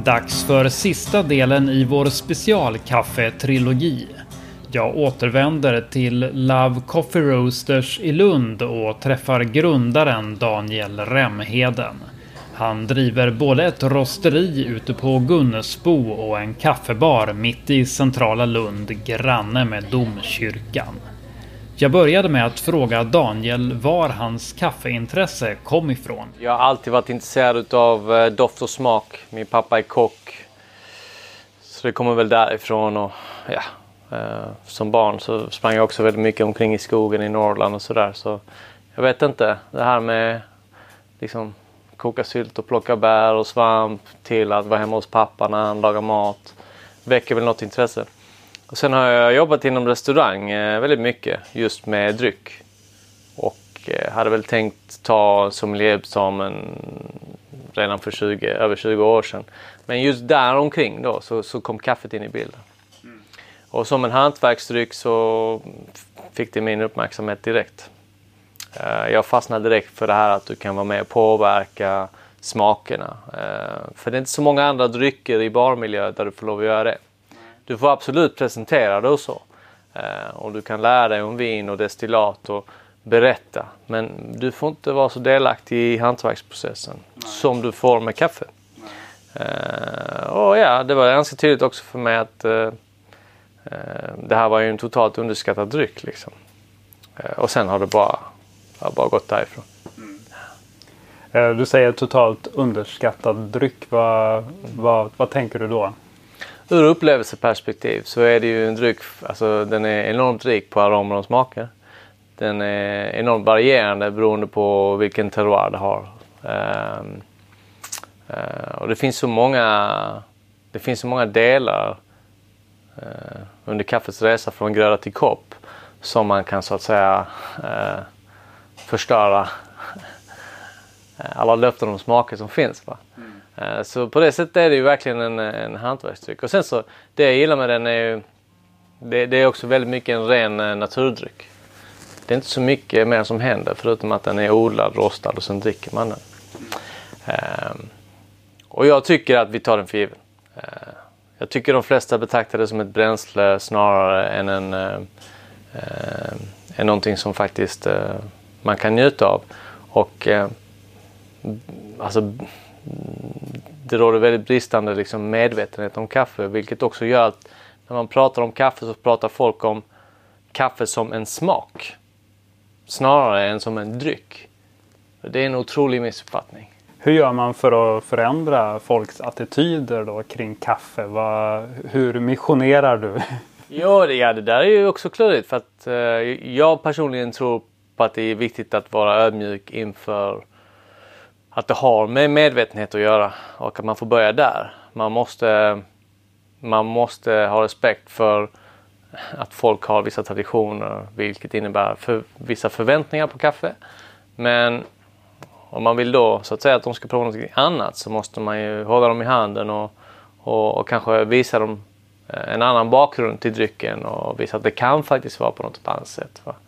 Dags för sista delen i vår specialkaffe-trilogi. Jag återvänder till Love Coffee Roasters i Lund och träffar grundaren Daniel Remheden. Han driver både ett rosteri ute på Gunnesbo och en kaffebar mitt i centrala Lund, granne med domkyrkan. Jag började med att fråga Daniel var hans kaffeintresse kom ifrån. Jag har alltid varit intresserad av doft och smak. Min pappa är kock. Så det kommer väl därifrån. Och, ja, som barn så sprang jag också väldigt mycket omkring i skogen i Norrland och sådär. Så jag vet inte. Det här med liksom koka sylt och plocka bär och svamp till att vara hemma hos pappa när han lagar mat. Väcker väl något intresse. Och sen har jag jobbat inom restaurang väldigt mycket just med dryck. Och hade väl tänkt ta sommelierexamen redan för över 20 år sedan. Men just där omkring då så kom kaffet in i bilden. Och som en hantverksdryck så fick det min uppmärksamhet direkt. Jag fastnade direkt för det här att du kan vara med och påverka smakerna. För det är inte så många andra drycker i barmiljö där du får lov att göra det. Du får absolut presentera det och så. Och du kan lära dig om vin och destillat och berätta. Men du får inte vara så delaktig i hantverksprocessen som du får med kaffe. Och ja, det var ganska tydligt också för mig att det här var ju en totalt underskattad dryck liksom. Och sen har det bara gått därifrån. Du säger totalt underskattad dryck. Vad tänker du då? Ur upplevelseperspektiv så är det ju en dryck, alltså den är enormt rik på aromer och smaker. Den är enormt varierande beroende på vilken terroir det har. Och det finns så många delar under kaffets resa från gröda till kopp som man kan så att säga förstöra alla löften om smaker som finns, va? Så på det sättet är det ju verkligen en hantverksdryck. Och sen så, det jag gillar med den är ju, det är också väldigt mycket en ren naturdryck. Det är inte så mycket mer som händer förutom att den är odlad, rostad och sen dricker man den. Och jag tycker att vi tar den för given. Jag tycker de flesta betraktar det som ett bränsle snarare än än någonting som faktiskt man kan njuta av. Och alltså det råder väldigt bristande liksom medvetenhet om kaffe, vilket också gör att när man pratar om kaffe så pratar folk om kaffe som en smak snarare än som en dryck. Det är en otrolig missuppfattning. Hur gör man för att förändra folks attityder då kring kaffe? Hur missionerar du? Ja, det där är ju också klurigt för att jag personligen tror på att det är viktigt att vara ödmjuk inför att det har med medvetenhet att göra och att man får börja där. Man måste ha respekt för att folk har vissa traditioner, vilket innebär vissa förväntningar på kaffe. Men om man vill då så att säga att de ska prova något annat så måste man ju hålla dem i handen och kanske visa dem en annan bakgrund till drycken och visa att det kan faktiskt vara på något annat sätt. Va?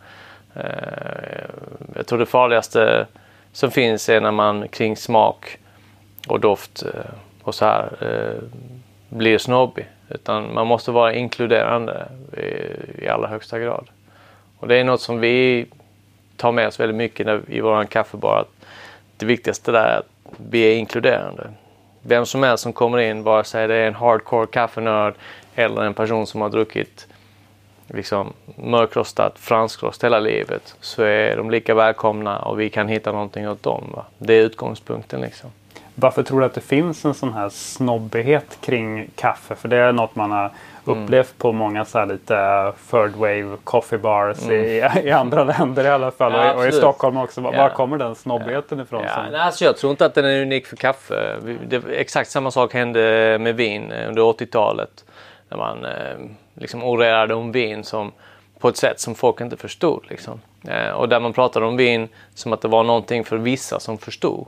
Jag tror det farligaste som finns är när man kring smak och doft och så här blir snobbig. Utan man måste vara inkluderande i allra högsta grad. Och det är något som vi tar med oss väldigt mycket i våran kaffebar. Att det viktigaste där är att vi är inkluderande. Vem som helst som kommer in, vare sig det är en hardcore kaffenörd eller en person som har druckit liksom mörkrostat franskrost hela livet, så är de lika välkomna och vi kan hitta någonting åt dem. Va? Det är utgångspunkten liksom. Varför tror du att det finns en sån här snobbighet kring kaffe? För det är något man har upplevt på många så här lite third wave coffee bars i andra länder i alla fall. Ja, och i Stockholm också. Var kommer den snobbigheten ifrån? Nej, alltså jag tror inte att den är unik för kaffe. Exakt samma sak hände med vin under 80-talet. När man liksom orerade om vin som, på ett sätt som folk inte förstod. Liksom. Och där man pratade om vin som att det var någonting för vissa som förstod.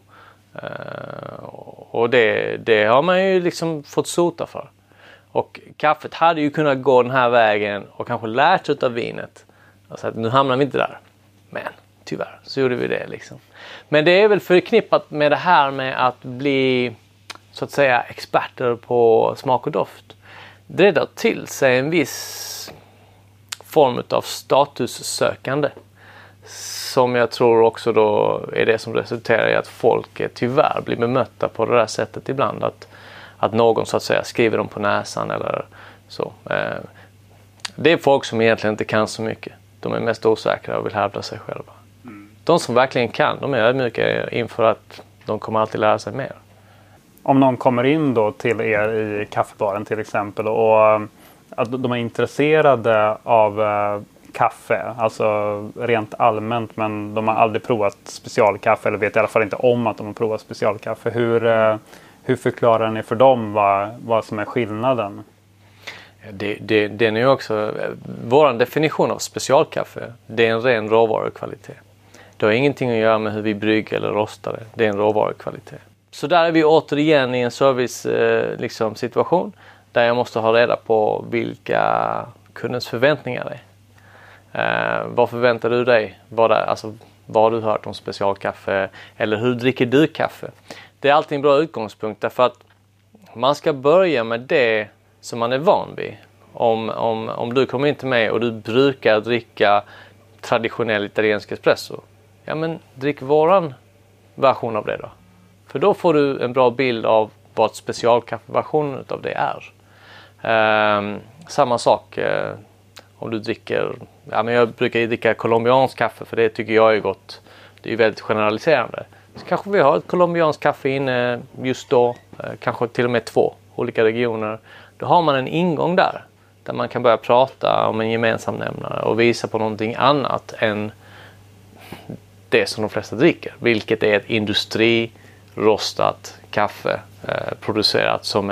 Och det har man ju liksom fått sota för. Och kaffet hade ju kunnat gå den här vägen och kanske lärt sig av vinet. Alltså att nu hamnar vi inte där. Men tyvärr så gjorde vi det liksom. Men det är väl förknippat med det här med att bli så att säga experter på smak och doft, det drar till sig en viss form av statussökande. Som jag tror också då är det som resulterar i att folk tyvärr blir bemötta på det där sättet ibland. Att någon så att säga skriver dem på näsan eller så. Det är folk som egentligen inte kan så mycket. De är mest osäkra och vill hävda sig själva. De som verkligen kan, de är ödmjuka inför att de kommer alltid lära sig mer. Om någon kommer in då till er i kaffebaren till exempel och att de är intresserade av kaffe, alltså rent allmänt, men de har aldrig provat specialkaffe eller vet i alla fall inte om att de har provat specialkaffe. Hur förklarar ni för dem vad som är skillnaden? Den är ju också, vår definition av specialkaffe, det är en ren råvarukvalitet. Det har ingenting att göra med hur vi brygger eller rostar det. Det är en råvarukvalitet. Så där är vi återigen i en service situation där jag måste ha reda på vilka kundens förväntningar är. Vad förväntar du dig? Vad har du hört om specialkaffe? Eller hur dricker du kaffe? Det är alltid en bra utgångspunkt därför att man ska börja med det som man är van vid. Om du kommer in till mig och du brukar dricka traditionell italiensk espresso. Ja, men drick våran version av det då. För då får du en bra bild av vad specialkaffeversionen av det är. Samma sak om du dricker, ja men jag brukar ju dricka colombiansk kaffe för det tycker jag är gott. Det är ju väldigt generaliserande. Så kanske vi har ett colombiansk kaffe inne just då, kanske till och med 2 olika regioner. Då har man en ingång där man kan börja prata om en gemensam nämnare och visa på någonting annat än det som de flesta dricker. Vilket är ett industrirostat kaffe producerat som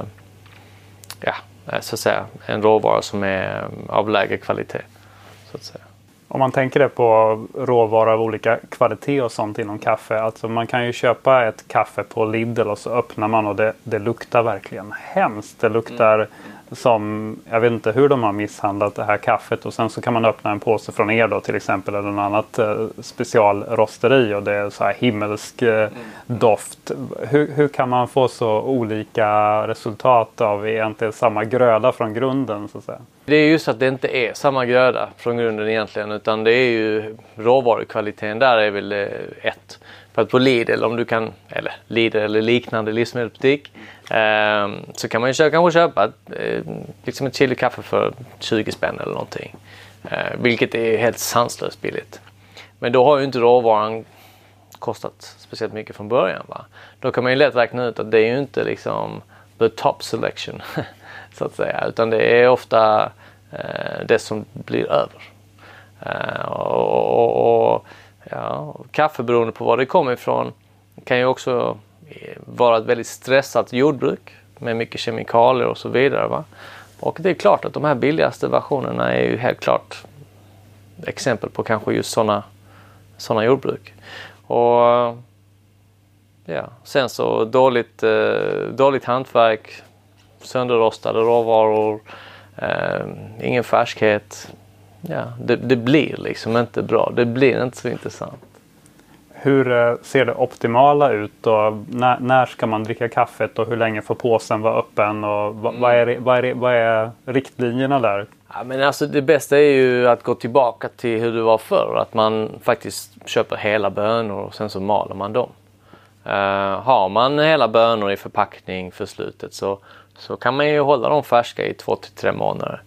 så att säga, en råvara som är av lägre kvalitet. Så att säga. Om man tänker det på råvaror av olika kvalitet och sånt inom kaffe. Alltså man kan ju köpa ett kaffe på Lidl och så öppnar man och det luktar verkligen hemskt. Det luktar som, jag vet inte hur de har misshandlat det här kaffet. Och sen så kan man öppna en påse från er då till exempel eller något annat specialrosteri och det är så här himmelsk doft. Hur kan man få så olika resultat av egentligen samma gröda från grunden så att säga? Det är just att det inte är samma gröda från grunden egentligen utan det är ju råvarukvaliteten där är väl ett. För att på Lidl, om du kan, eller Lidl eller liknande livsmedelsbutik så kan man ju kanske köpa liksom ett chilikaffe för 20 spänn eller någonting. Vilket är helt sanslöst billigt. Men då har ju inte råvaran kostat speciellt mycket från början. Va? Då kan man ju lätt räkna ut att det är ju inte liksom the top selection så att säga. Utan det är ofta det som blir över. Kaffe beroende på var det kommer ifrån kan ju också vara ett väldigt stressat jordbruk med mycket kemikalier och så vidare. Va? Och det är klart att de här billigaste versionerna är ju helt klart exempel på kanske just sådana jordbruk. Och sen så dåligt hantverk, sönderrostade råvaror, ingen färskhet. Ja, det blir liksom inte bra. Det blir inte så intressant. Hur ser det optimala ut och när ska man dricka kaffet och hur länge får påsen vara öppen och vad är riktlinjerna där? Ja, men alltså det bästa är ju att gå tillbaka till hur det var förr. Att man faktiskt köper hela bönor och sen så maler man dem. Har man hela bönor i förpackning för slutet så kan man ju hålla dem färska i 2-3 månader.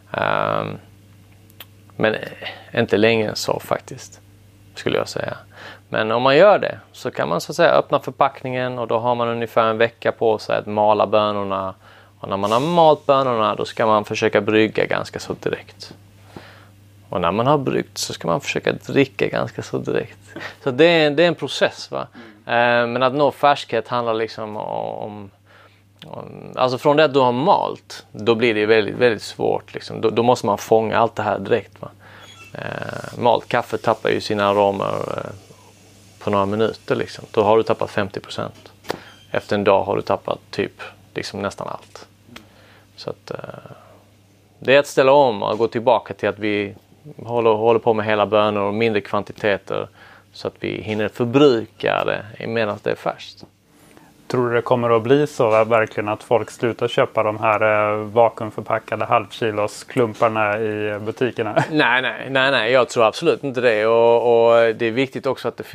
Men inte längre än så faktiskt, skulle jag säga. Men om man gör det så kan man så att säga öppna förpackningen och då har man ungefär en vecka på sig att mala bönorna. Och när man har malt bönorna då ska man försöka brygga ganska så direkt. Och när man har bryggt så ska man försöka dricka ganska så direkt. Så det är en process va. Men att nå färskhet handlar liksom om alltså från det att du har malt då blir det väldigt, väldigt svårt liksom. Då måste man fånga allt det här direkt va. Malt kaffe tappar ju sina aromer på några minuter liksom. Då har du tappat 50%. Efter en dag har du tappat typ liksom nästan allt. Så att det är att ställa om och gå tillbaka till att vi håller på med hela bönor och mindre kvantiteter så att vi hinner förbruka det medan det är färskt. Tror du det kommer att bli så verkligen att folk slutar köpa de här vakuumförpackade halvkilos klumparna i butikerna? Nej, jag tror absolut inte det. Och det är viktigt också att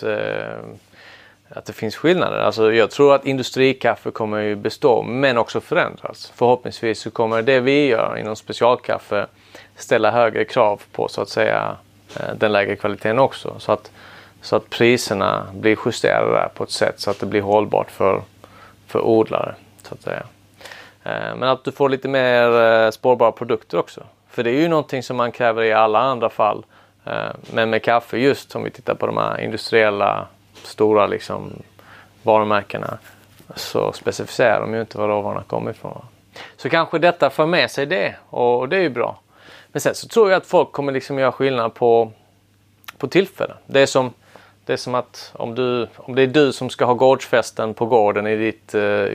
det finns skillnader. Alltså jag tror att industrikaffe kommer ju bestå men också förändras. Förhoppningsvis så kommer det vi gör inom specialkaffe ställa högre krav på så att säga den lägre kvaliteten också. Så att priserna blir justerade där på ett sätt så att det blir hållbart för odlare så att säga. Men att du får lite mer spårbara produkter också. För det är ju någonting som man kräver i alla andra fall. Men med kaffe just om vi tittar på de här industriella stora liksom varumärkena så specificerar de ju inte var råvarorna kommer ifrån. Så kanske detta för med sig det och det är ju bra. Men sen så tror jag att folk kommer liksom göra skillnad på tillfällen. Det är som att om det är du som ska ha gårdsfesten på gården i ditt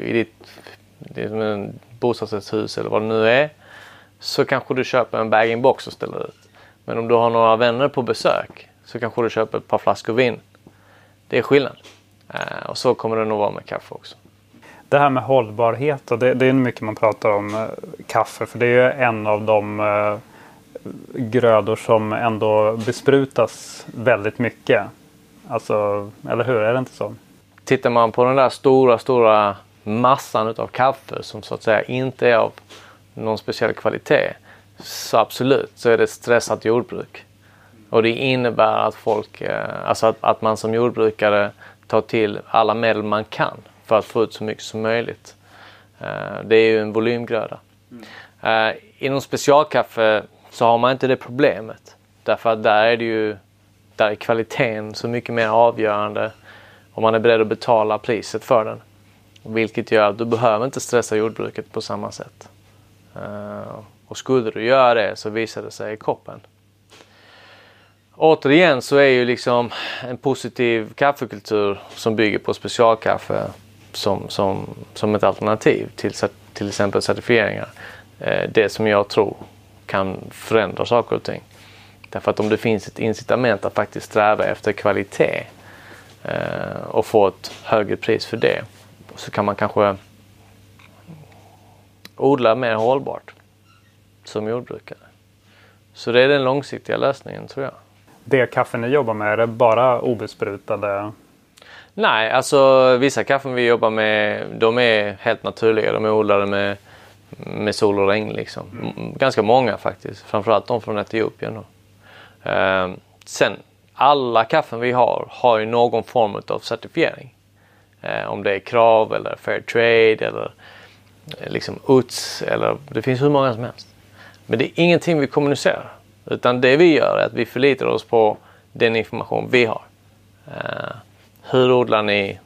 bostadsrättshus eller vad det nu är, så kanske du köper en bag-in-box och ställer ut. Men om du har några vänner på besök så kanske du köper ett par flaskor vin. Det är skillnad. Och så kommer det nog vara med kaffe också. Det här med hållbarhet, och det är mycket man pratar om kaffe. För det är ju en av de grödor som ändå besprutas väldigt mycket. Alltså, eller hur? Är det inte så? Tittar man på den där stora massan av kaffe som så att säga inte är av någon speciell kvalitet, så absolut så är det stressat jordbruk. Och det innebär att att man som jordbrukare tar till alla medel man kan för att få ut så mycket som möjligt. Det är ju en volymgröda. Inom specialkaffe så har man inte det problemet. Därför att där är kvaliteten så mycket mer avgörande om man är beredd att betala priset för den. Vilket gör att du behöver inte stressa jordbruket på samma sätt. Och skulle du göra det så visar det sig i koppen. Återigen så är ju liksom en positiv kaffekultur som bygger på specialkaffe som ett alternativ till exempel certifieringar. Det som jag tror kan förändra saker och ting. Därför att om det finns ett incitament att faktiskt sträva efter kvalitet och få ett högre pris för det, så kan man kanske odla mer hållbart som jordbrukare. Så det är den långsiktiga lösningen tror jag. Det kaffe ni jobbar med, är det bara obesprutade? Nej, alltså vissa kaffen vi jobbar med, de är helt naturliga. De är odlade med sol och regn liksom. Ganska många faktiskt. Framförallt de från Etiopien då. Sen, alla kaffen vi har ju någon form av certifiering. Om det är krav eller fair trade eller liksom UTS eller det finns hur många som helst. Men det är ingenting vi kommunicerar. Utan det vi gör är att vi förlitar oss på den information vi har. Hur odlar ni?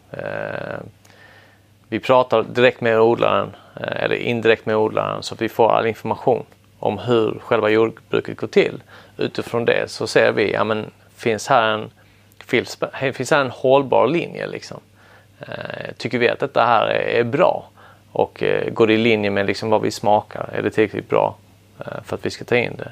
Vi pratar direkt med odlaren eller indirekt med odlaren så att vi får all information om hur själva jordbruket går till. Utifrån det så ser vi, ja men finns här en hållbar linje liksom. Tycker vi att detta här är bra och går det i linje med liksom vad vi smakar, är det tillräckligt bra för att vi ska ta in det.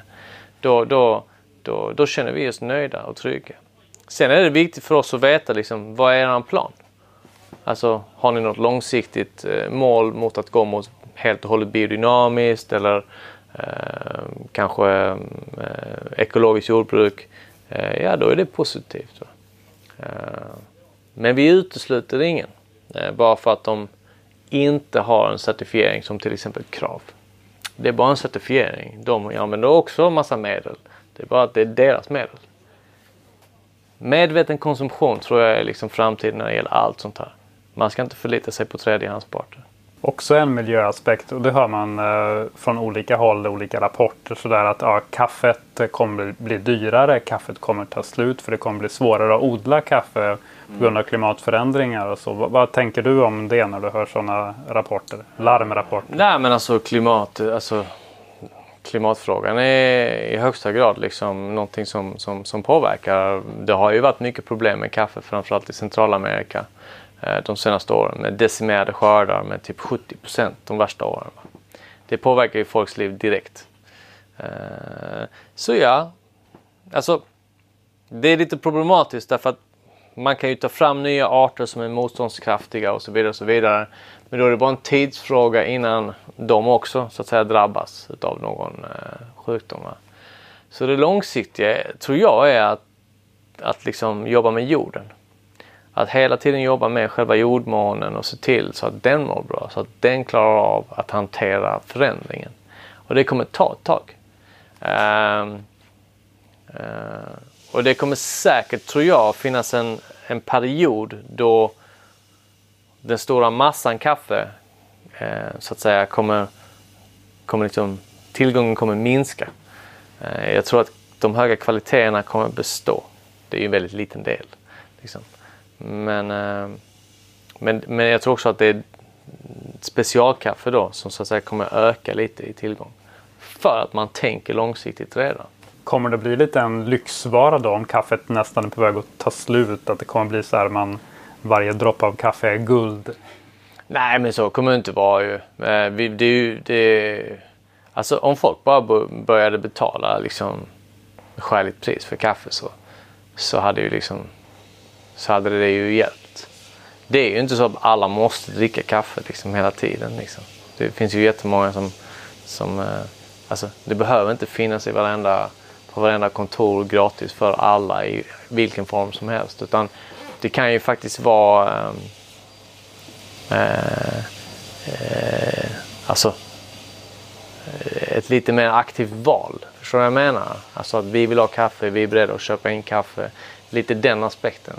Då känner vi oss nöjda och trygga. Sen är det viktigt för oss att veta liksom, vad är er plan? Alltså har ni något långsiktigt mål mot att gå mot helt och hållet biodynamiskt eller kanske ekologiskt jordbruk? Ja, då är det positivt. Men vi utesluter ingen. Bara för att de inte har en certifiering som till exempel krav. Det är bara en certifiering. De använder också en massa medel. Det är bara att det är deras medel. Medveten konsumtion tror jag är liksom framtiden när det gäller allt sånt här. Man ska inte förlita sig på tredjehandsparter. Också en miljöaspekt, och det hör man från olika håll, olika rapporter sådär att kaffet kommer bli dyrare, kaffet kommer ta slut för det kommer bli svårare att odla kaffe på grund av klimatförändringar och så. Vad tänker du om det när du hör sådana rapporter, larmrapporter? Nej men alltså klimatfrågan är i högsta grad liksom någonting som påverkar. Det har ju varit mycket problem med kaffe framförallt i Centralamerika de senaste åren med decimerade skördar med typ 70% de värsta åren. Det påverkar ju folks liv direkt. Så ja, alltså det är lite problematiskt därför att man kan ju ta fram nya arter som är motståndskraftiga och så vidare och så vidare. Men då är det bara en tidsfråga innan de också så att säga drabbas av någon sjukdom. Så det långsiktiga tror jag är att liksom jobba med jorden. Att hela tiden jobba med själva jordmånen och se till så att den mår bra. Så att den klarar av att hantera förändringen. Och det kommer ta ett tag. Och det kommer säkert, tror jag, finnas en period då den stora massan kaffe så att säga kommer liksom, tillgången kommer minska. Jag tror att de höga kvaliteterna kommer bestå. Det är ju en väldigt liten del. Liksom. Men jag tror också att det är specialkaffe då som så att säga kommer öka lite i tillgång. För att man tänker långsiktigt redan. Kommer det bli lite en lyxvara då om kaffet nästan är på väg att ta slut? Att det kommer bli så här varje droppe av kaffe är guld? Nej, men så kommer det inte vara ju. Alltså om folk bara började betala liksom skäligt pris för kaffe så hade ju liksom så hade det ju hjälpt. Det är ju inte så att alla måste dricka kaffe liksom hela tiden liksom. Det finns ju jättemånga som alltså det behöver inte finnas på varenda kontor gratis för alla i vilken form som helst, utan det kan ju faktiskt vara alltså ett lite mer aktivt val. Förstår du vad jag menar? Alltså att vi vill ha kaffe, vi är beredda att köpa in kaffe. Lite den aspekten.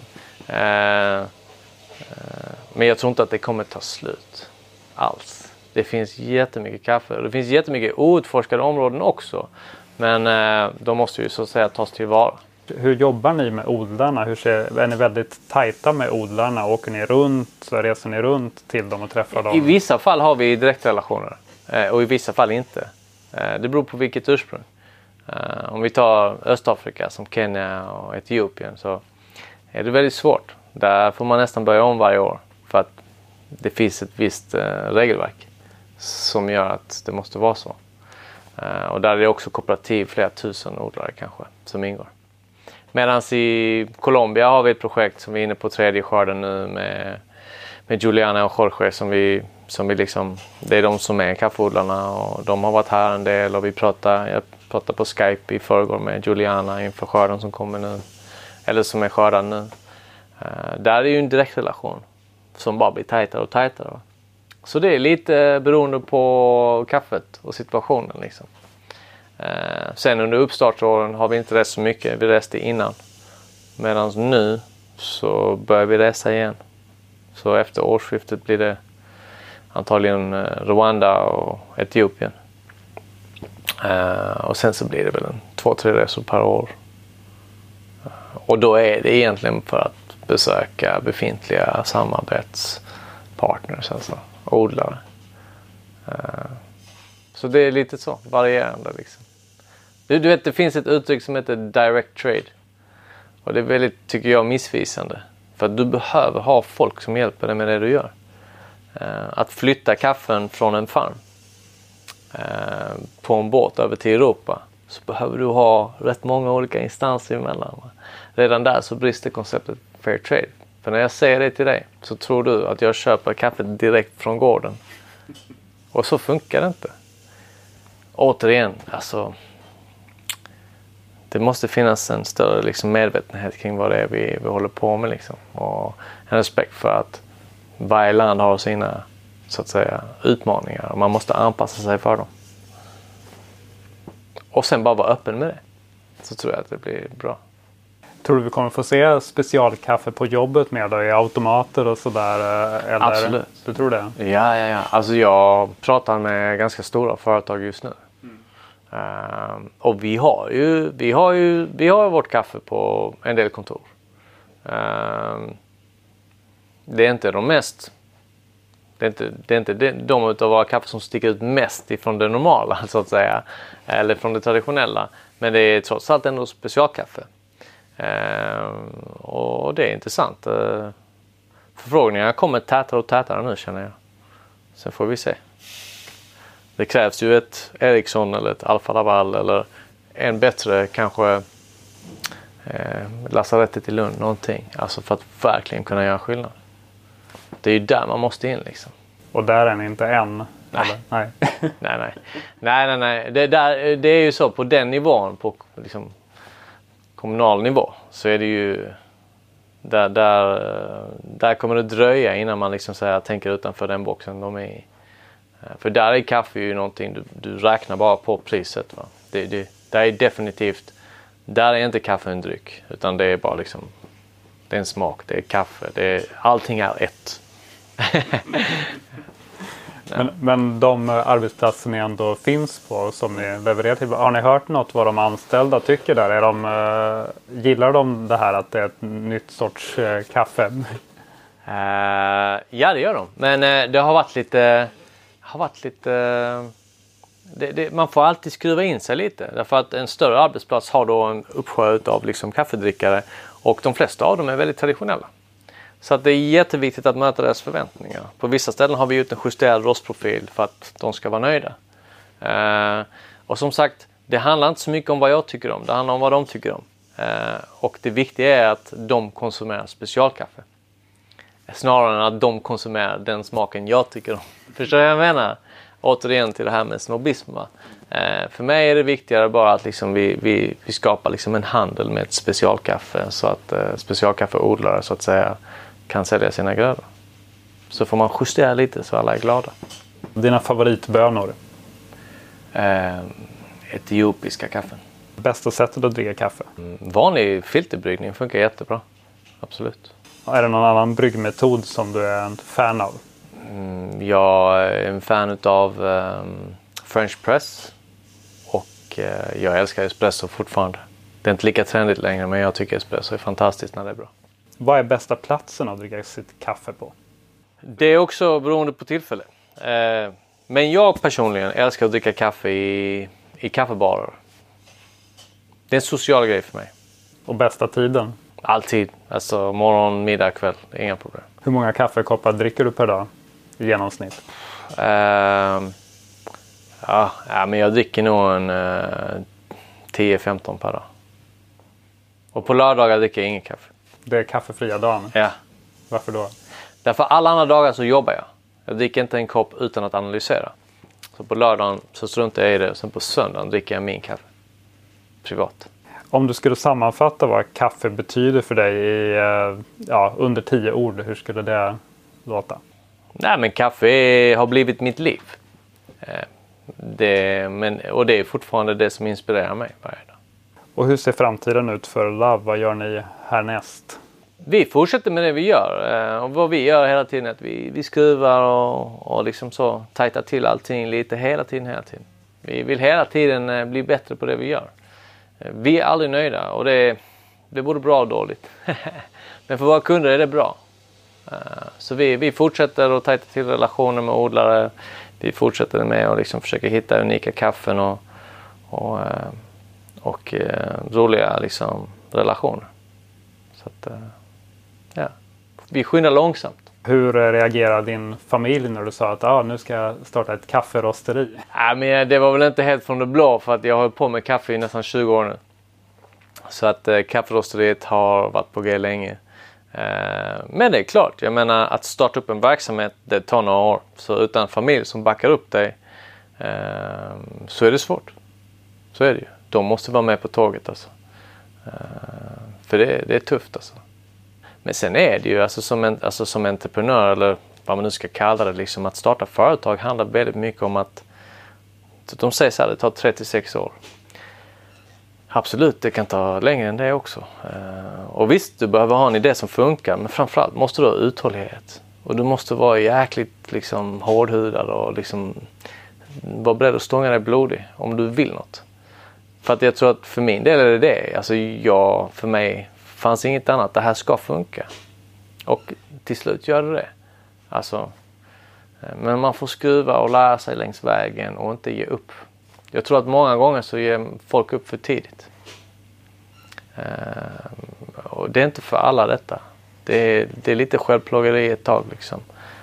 Men jag tror inte att det kommer ta slut alls. Det finns jättemycket kaffe och det finns jättemycket outforskade områden också. Men de måste ju så att säga tas tillvara. Hur jobbar ni med odlarna? Är ni väldigt tajta med odlarna? Åker ni runt? Reser ni runt till dem och träffar dem? I vissa fall har vi direktrelationer och i vissa fall inte. Det beror på vilket ursprung. Om vi tar Östafrika som Kenya och Etiopien så är det väldigt svårt. Där får man nästan börja om varje år för att det finns ett visst regelverk som gör att det måste vara så. Och där är det också kooperativ, flera tusen odlare kanske som ingår. Medan i Colombia har vi ett projekt som vi är inne på tredje skörden nu med Juliana och Jorge som vi liksom, det är de som är kaffeodlarna och de har varit här en del och jag pratade på Skype i förrgår med Juliana inför skörden som kommer nu, eller som är skördad nu. Där är ju en direkt relation som bara blir tajtare och tajtare. Så det är lite beroende på kaffet och situationen liksom. Sen under uppstartsåren har vi inte rest så mycket, vi reste innan. Medan nu så börjar vi resa igen. Så efter årsskiftet blir det antagligen Rwanda och Etiopien. Och sen så blir det väl 2-3 resor per år. Och då är det egentligen för att besöka befintliga samarbetspartners, alltså odlare. Så det är lite så, varierande liksom. Du vet, det finns ett uttryck som heter direct trade. Och det är väldigt, tycker jag, missvisande. För att du behöver ha folk som hjälper dig med det du gör. Att flytta kaffen från en farm på en båt över till Europa, så behöver du ha rätt många olika instanser emellan. Redan där så brister konceptet fair trade. För när jag säger det till dig så tror du att jag köper kaffet direkt från gården. Och så funkar det inte. Återigen, alltså det måste finnas en större liksom medvetenhet kring vad det är vi håller på med liksom. Och en respekt för att varje land har sina, så att säga, utmaningar och man måste anpassa sig för dem. Och sen bara vara öppen med det. Så tror jag att det blir bra. Tror du vi kommer få se specialkaffe på jobbet med då, i automater och sådär? Eller? Absolut. Du tror det? Ja. Alltså jag pratar med ganska stora företag just nu. Och vi har vårt kaffe på en del kontor. Det är inte de mest. Det är inte de utav våra kaffe som sticker ut mest ifrån det normala så att säga. Eller från det traditionella. Men det är trots allt ändå specialkaffe. Och det är intressant. Förfrågningarna kommer tätare och tätare nu, känner jag. Sen får vi se. Det krävs ju ett Ericsson eller ett Alfa Laval eller en bättre kanske lasarettet i Lund, någonting. Alltså för att verkligen kunna göra skillnad. Det är ju där man måste in liksom. Och där är ni inte än? Nej. Eller? Nej. Det är ju så på den nivån, på liksom kommunal nivå, så är det ju där kommer det dröja innan man liksom tänker utanför den boxen de är i. För där är kaffe ju någonting du räknar bara på priset. Va? Det är definitivt, där är inte kaffe en dryck, utan det är bara liksom, det är en smak, det är kaffe, allting är ett. Men de arbetsplatser ni ändå finns på som ni levererar till, har ni hört något vad de anställda tycker där? Gillar de det här att det är ett nytt sorts kaffe? Ja, det gör de. Men det har varit lite man får alltid skruva in sig lite. Därför att en större arbetsplats har då en uppsjö av liksom kaffedrickare. Och de flesta av dem är väldigt traditionella. Så att det är jätteviktigt att möta deras förväntningar. På vissa ställen har vi gjort en justerad rostprofil för att de ska vara nöjda. Och som sagt, det handlar inte så mycket om vad jag tycker om. Det handlar om vad de tycker om. Och det viktiga är att de konsumerar specialkaffe. Snarare än att de konsumerar den smaken jag tycker om. Förstår jag menar? Återigen till det här med snobbism. För mig är det viktigare bara att liksom vi skapar liksom en handel med ett specialkaffe. Så att specialkaffeodlare så att säga kan sälja sina grödor. Så får man justera lite så alla är glada. Dina favoritbönor? Etiopiska kaffen. Bästa sättet att dricka kaffe? Vanlig filterbryggning funkar jättebra. Absolut. Är det någon annan bryggmetod som du är en fan av? Jag är en fan av French press. Och jag älskar espresso fortfarande. Det är inte lika trendigt längre, men jag tycker espresso är fantastiskt när det är bra. Vad är bästa platsen att dricka sitt kaffe på? Det är också beroende på tillfälle. Men jag personligen älskar att dricka kaffe i kaffebarer. Det är en social grej för mig. Och bästa tiden? Alltid. Alltså morgon, middag, kväll. Inga problem. Hur många kaffekoppar dricker du per dag i genomsnitt? Men jag dricker nog en 10-15 per dag. Och på lördagar dricker jag ingen kaffe. Det är kaffefria dagen? Ja. Varför då? Därför alla andra dagar så jobbar jag. Jag dricker inte en kopp utan att analysera. Så på lördagen så struntar jag i det. Sen på söndagen dricker jag min kaffe. Privat. Om du skulle sammanfatta vad kaffe betyder för dig i under 10 ord, hur skulle det låta? Nej, men kaffe har blivit mitt liv. Och det är fortfarande det som inspirerar mig varje dag. Och hur ser framtiden ut för Love? Vad gör ni härnäst? Vi fortsätter med det vi gör. Och vad vi gör hela tiden är att vi skruvar och liksom så tajtar till allting lite hela tiden. Vi vill hela tiden bli bättre på det vi gör. Vi är aldrig nöjda och det är både bra och dåligt. Men för våra kunder är det bra. Så vi fortsätter att tajta till relationer med odlare. Vi fortsätter med att liksom försöka hitta unika kaffen och roliga liksom relationer. Så att, vi skyndar långsamt. Hur reagerar din familj när du sa att nu ska jag starta ett kafferosteri? Men det var väl inte helt från det blå, för att jag har hållit på med kaffe i nästan 20 år nu. Så att kafferosteriet har varit på G länge. Men det är klart, jag menar att starta upp en verksamhet, det tar några år. Så utan familj som backar upp dig så är det svårt. Så är det ju. De måste vara med på tåget alltså. För det är tufft alltså. Men sen är det ju som entreprenör, eller vad man nu ska kalla det, liksom att starta företag handlar väldigt mycket om att de säger så här, det tar 36 år. Absolut, det kan ta längre än det också. Och visst, du behöver ha en idé som funkar, men framförallt måste du ha uthållighet. Och du måste vara jäkligt liksom hårdhudad och liksom vara beredd att stånga dig blodig om du vill något. För att jag tror att för min del är det. Alltså för mig fanns inget annat. Det här ska funka. Och till slut gör det. Alltså, men man får skruva och lära sig längs vägen och inte ge upp. Jag tror att många gånger så ger folk upp för tidigt. Och det är inte för alla detta. Det är lite självplågeri ett tag liksom.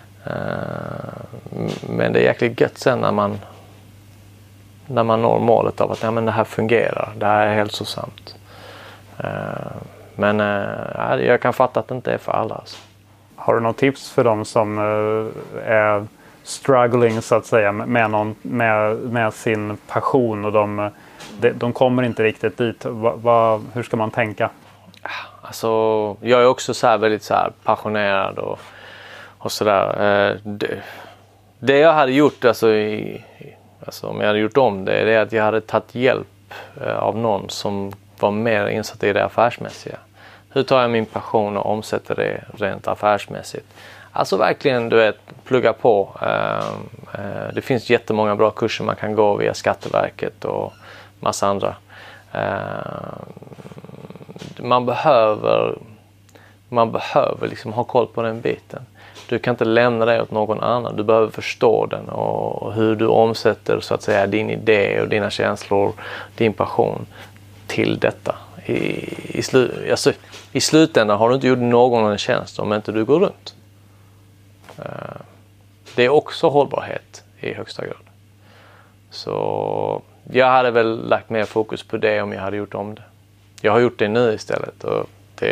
Men det är jäkligt gött sen när man når målet av att men det här fungerar. Det här är hälsosamt. Men jag kan fatta att det inte är för alla. Alltså. Har du något tips för dem som är struggling så att säga med sin passion och de kommer inte riktigt dit? Hur ska man tänka? Alltså, jag är också så här väldigt så här passionerad och sådär. Det jag hade gjort alltså om jag hade gjort om det är att jag hade tagit hjälp av någon som var mer insatt i det affärsmässiga. Hur tar jag min passion och omsätter det rent affärsmässigt? Alltså verkligen, du vet, plugga på. Det finns jättemånga bra kurser man kan gå via Skatteverket och massa andra. Man behöver liksom ha koll på den biten. Du kan inte lämna det åt någon annan. Du behöver förstå den och hur du omsätter så att säga din idé och dina känslor, din passion till detta. I slutändan har du inte gjort någon en tjänst om inte du går runt. Det är också hållbarhet i högsta grad. Så jag hade väl lagt mer fokus på det om jag hade gjort om det. Jag har gjort det nu istället och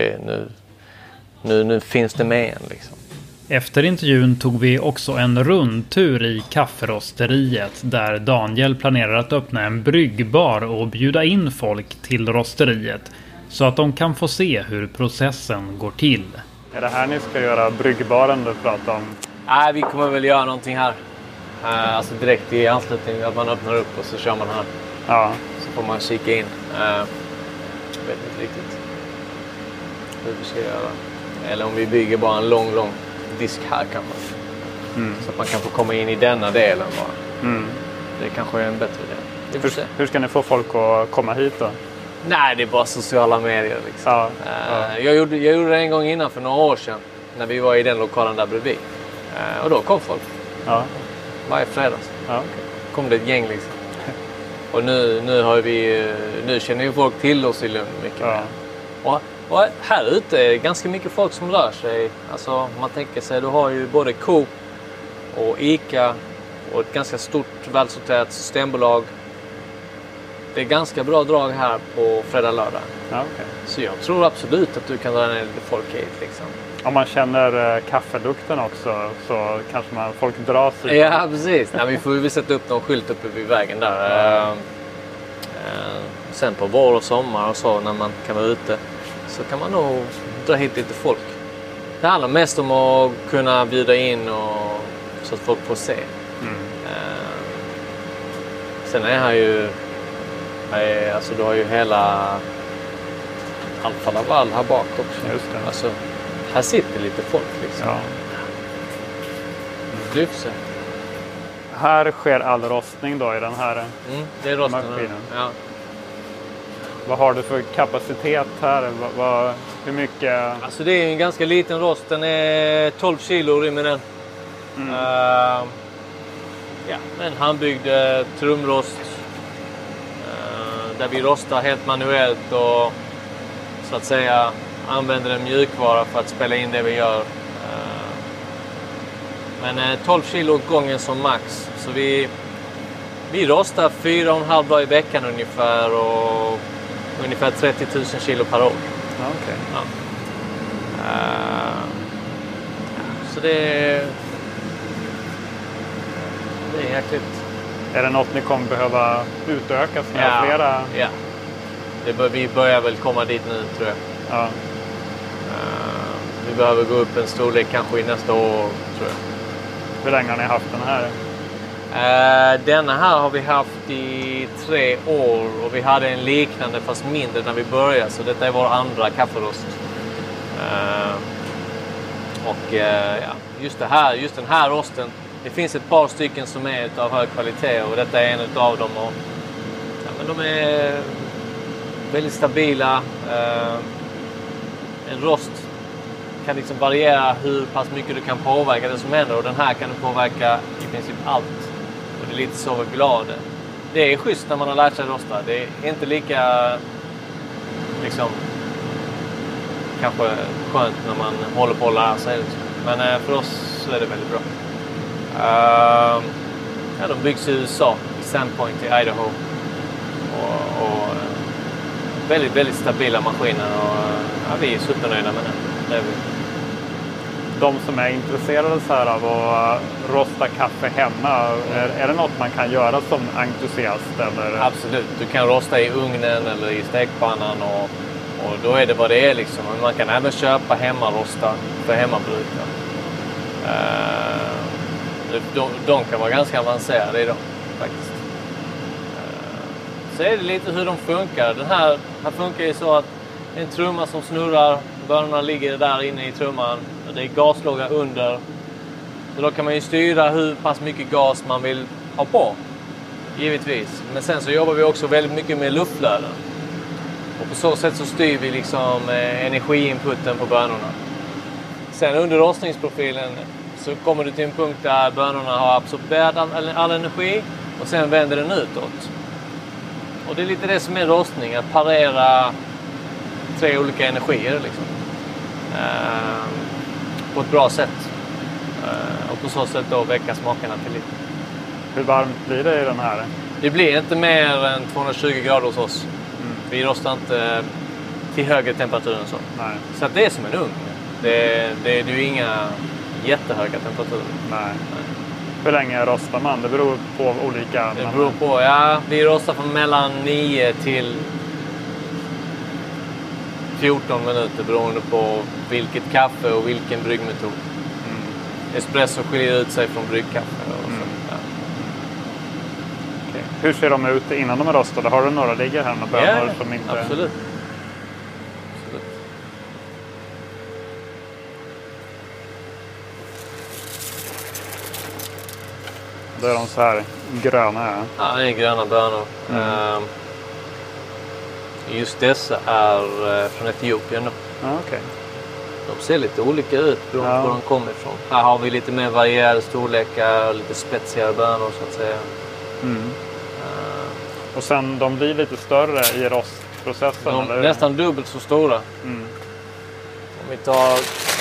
nu finns det med igen liksom. Efter intervjun tog vi också en rundtur i kafferosteriet där Daniel planerar att öppna en bryggbar och bjuda in folk till rosteriet så att de kan få se hur processen går till. Är det här ni ska göra bryggbaren du pratar om? Nej, vi kommer väl göra någonting här. Alltså direkt i anslutning att man öppnar upp och så kör man här. Ja. Så får man kika in. Jag vet inte riktigt hur vi ska göra. Eller om vi bygger bara en lång disk här kanske. Så att man kan få komma in i denna delen bara. Det kanske är en bättre idé. Hur ska ni få folk att komma hit då? Nej, det är bara sociala medier liksom. Ja. Jag gjorde det en gång innan för några år sedan. När vi var i den lokalen där bredvid. Och då kom folk. Ja. Varje fredag. Ja. Kom det ett gäng liksom. Och nu känner ju folk till oss i Lund mycket mer. Och här ute är det ganska mycket folk som rör sig. Alltså man tänker sig, du har ju både Coop och Ica och ett ganska stort välsorterat systembolag. Det är ganska bra drag här på fredag och lördag. Ja, okay. Så jag tror absolut att du kan dra ner lite folk hit liksom. Om man känner kaffedukten också så kanske folk drar sig. Ja, precis. Nej, vi får ju sätta upp någon skylt uppe vid vägen där. Sen på vår och sommar och så när man kan vara ute så kan man nog dra hit lite folk. Det handlar mest om att kunna bjuda in och så att folk får se. Sen är här ju alltså du har ju hela Alfa Laval här bak också. Just det. Alltså, här sitter lite folk liksom. Ja. Lyfse. Här sker all rostning då i den här det är maskinen. Ja. Vad har du för kapacitet här? Hur mycket? Alltså det är en ganska liten rost. Den är 12 kilo rymmer den. En handbyggd trumrost. Där vi rostar helt manuellt och så att säga använder en mjukvara för att spela in det vi gör. Men 12 kilo gången som max. Så vi rostar 4,5 dagar i veckan ungefär och ungefär 30 000 kilo per år. Ja, okay. Ja. Så det är jäkligt. Är det något ni kommer behöva utökas med flera? Ja. Vi börjar väl komma dit nu tror jag. Ja. Vi behöver gå upp en storlek kanske i nästa år tror jag. Hur länge har ni haft den här? Denna här har vi haft i 3 år och vi hade en liknande fast mindre när vi började. Så detta är vår andra kafferost. Just den här rosten. Det finns ett par stycken som är av hög kvalitet och detta är en av dem. Och, men de är väldigt stabila. En rost kan liksom variera hur pass mycket du kan påverka det som händer och den här kan du påverka i princip allt. Och det är lite så vi vill ha det. Det är schysst när man har lärt sig rosta. Det är inte lika liksom kanske skönt när man håller på att lära sig. Men för oss så är det väldigt bra. De byggs i USA, i Sandpoint i Idaho. Och väldigt, väldigt stabila maskiner och vi är supernöjda med det. De som är intresserade så här av att rosta kaffe hemma, är det något man kan göra som entusiast? Eller? Absolut, du kan rosta i ugnen eller i stekpannan och då är det vad det är liksom. Men man kan även köpa hemmarosta för hemmabruk. De kan vara ganska avancerade idag faktiskt. Så är det lite hur de funkar. Den här funkar ju så att en trumma som snurrar, bönorna ligger där inne i trumman. Det är gaslåga under. Så då kan man ju styra hur pass mycket gas man vill ha på. Givetvis. Men sen så jobbar vi också väldigt mycket med luftflöden. Och på så sätt så styr vi liksom energiinputen på bönorna. Sen under rostningsprofilen så kommer du till en punkt där bönorna har absorberat all energi och sen vänder den utåt. Och det är lite det som är rostning, att parera 3 olika energier liksom. På ett bra sätt. Och på så sätt då väcka smakerna till lite. Hur varmt blir det i den här? Det blir inte mer än 220 grader hos oss. Vi rostar inte till högre temperatur än så. Nej. Så att det är som en ugn. Det är ju inga jättehöga temperaturer. Nej. Hur länge rostar man? Det beror på olika... Det beror på, vi rostar från mellan 9 till 14 minuter beroende på vilket kaffe och vilken bryggmetod. Espresso skiljer ut sig från bryggkaffe. Och så. Ja. Okay. Hur ser de ut innan de är rostade? Har du några ligger här med bönor som inte... Absolut. Då är de så här gröna. Ja, det är gröna bönor. Just dessa är från Etiopien då. Okay. De ser lite olika ut beroende på var de kommer ifrån. Här har vi lite mer varierade storlekar och lite spetsigare bönor så att säga. Och sen de blir lite större i rostprocessen? De är nästan dubbelt så stora. Om vi tar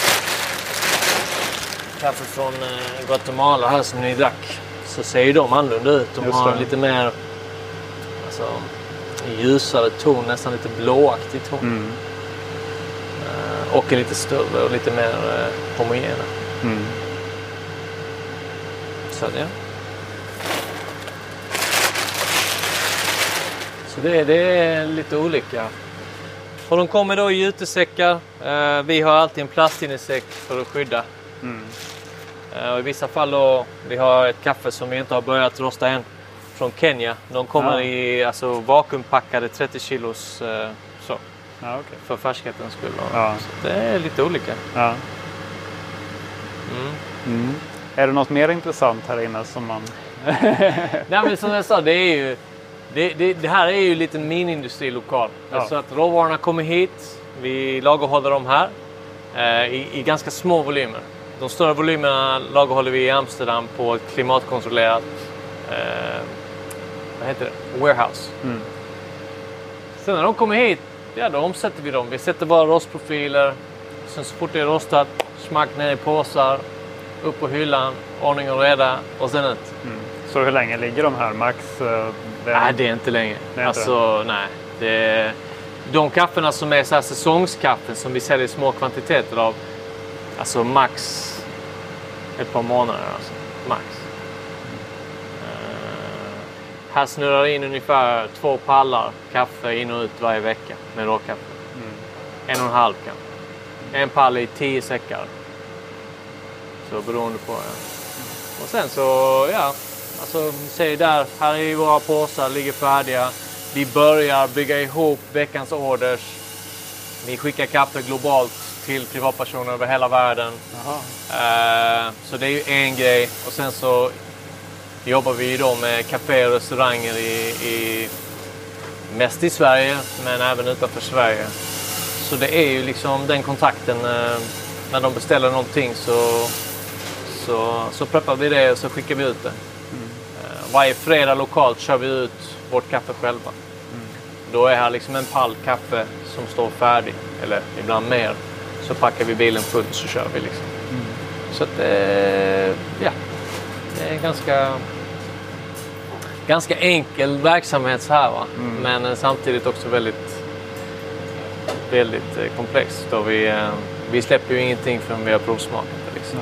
kaffe från Guatemala här som ni drack, så ser ju de annorlunda ut. De har lite mer ljusare ton, nästan lite blåaktig ton. Och är lite större och lite mer homogena. Så det. Så det är lite olika. Och de kommer då i jutesäckar. Vi har alltid en plastinnesäck för att skydda. Och i vissa fall då, vi har ett kaffe som vi inte har börjat rosta än från Kenya. De kommer i vakuumpackade 30 kilos så. Okay. För färskhetens skull. Så det är lite olika. Är det något mer intressant här inne som man... Nej, men som jag sa, det är ju... Det här är ju en liten minindustrilokal. Så att råvarorna kommer hit. Vi lagerhåller dem här. I ganska små volymer. De större volymerna lagerhåller vi i Amsterdam på ett klimatkontrollerat vad heter det? Warehouse. Sen när de kommer hit, då omsätter vi dem. Vi sätter bara rostprofiler. Sen så fort det är rostat, smack ner i påsar, upp på hyllan, ordning och reda och sen ut. Så hur länge ligger de här max? Nej, det är inte länge. Nej. De kaffena som är så här säsongskaffen som vi säljer i små kvantiteter av, alltså max ett par månader alltså. Max. Här snurrar in ungefär 2 pallar kaffe in och ut varje vecka med råkaffe. 1,5 kanske. En pall i 10 säckar. Så beroende på. Och sen så, säg där, här är våra påsar, ligger färdiga. Vi börjar bygga ihop veckans orders. Vi skickar kaffe globalt till privatpersoner över hela världen. Så det är ju en grej. Och sen så jobbar vi då med kafé och restauranger mest i Sverige, men även utanför Sverige. Så det är ju liksom den kontakten. När de beställer någonting så preppar vi det och så skickar vi ut det. Varje fredag lokalt kör vi ut vårt kaffe själva. Då är här liksom en pall kaffe som står färdig, eller ibland mer. Så packar vi bilen fullt så kör vi liksom. Så att det är ganska enkel verksamhet så här va. Men samtidigt också väldigt väldigt komplext. Då vi släpper ju ingenting förrän vi har provsmakat det. Liksom.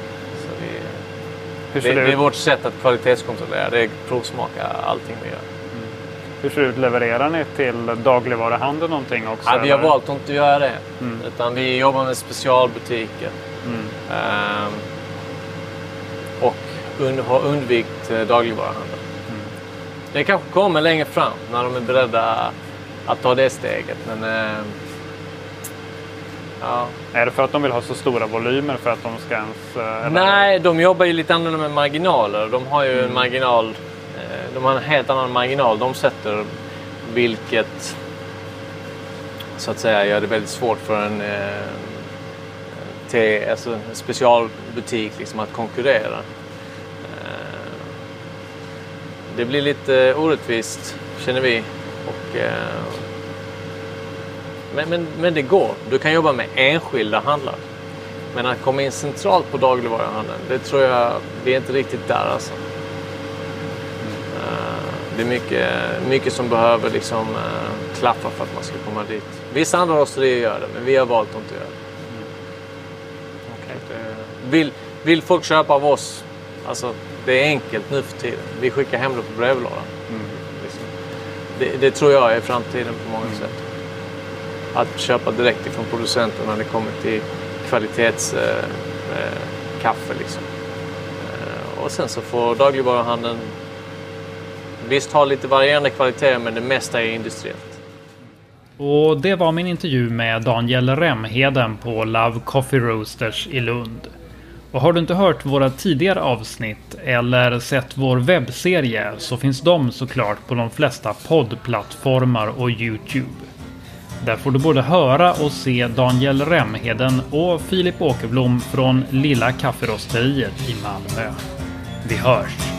Så det är vårt sätt att kvalitetskontrollera. Det är att provsmaka allting vi gör. Hur ser det ut? Levererar ni till dagligvaruhandeln någonting också? Ja, vi har valt att inte göra det. Utan vi jobbar med specialbutiker. Och har undvikit dagligvaruhandeln. Det kanske kommer längre fram när de är beredda att ta det steget. Men, ja. Är det för att de vill ha så stora volymer för att de ska ens... Nej, de jobbar ju lite annorlunda med marginaler. De har ju en marginal. De har en helt annan marginal. De sätter vilket så att säga gör det väldigt svårt för en specialbutik liksom att konkurrera. Det blir lite orättvist känner vi. Men det går. Du kan jobba med enskilda handlare. Men att komma in centralt på dagligvaruhandeln, det tror jag vi är inte riktigt där alltså. Det är mycket som behöver liksom klaffa för att man ska komma dit. Vissa andra rosterier gör det, men vi har valt att inte göra det. Okay. Vill folk köpa av oss? Alltså, det är enkelt nu för tiden. Vi skickar hem det på brevlådan. Liksom. Det tror jag är framtiden på många sätt. Att köpa direkt ifrån producenten när det kommer till kvalitetskaffe. Liksom. Och sen så får dagligvaruhandeln visst ha lite varierande kvaliteter, men det mesta är industriellt. Och det var min intervju med Daniel Remheden på Love Coffee Roasters i Lund. Och har du inte hört våra tidigare avsnitt eller sett vår webbserie så finns de såklart på de flesta poddplattformar och YouTube. Där får du både höra och se Daniel Remheden och Filip Åkerblom från Lilla Kafferosteriet i Malmö. Vi hörs!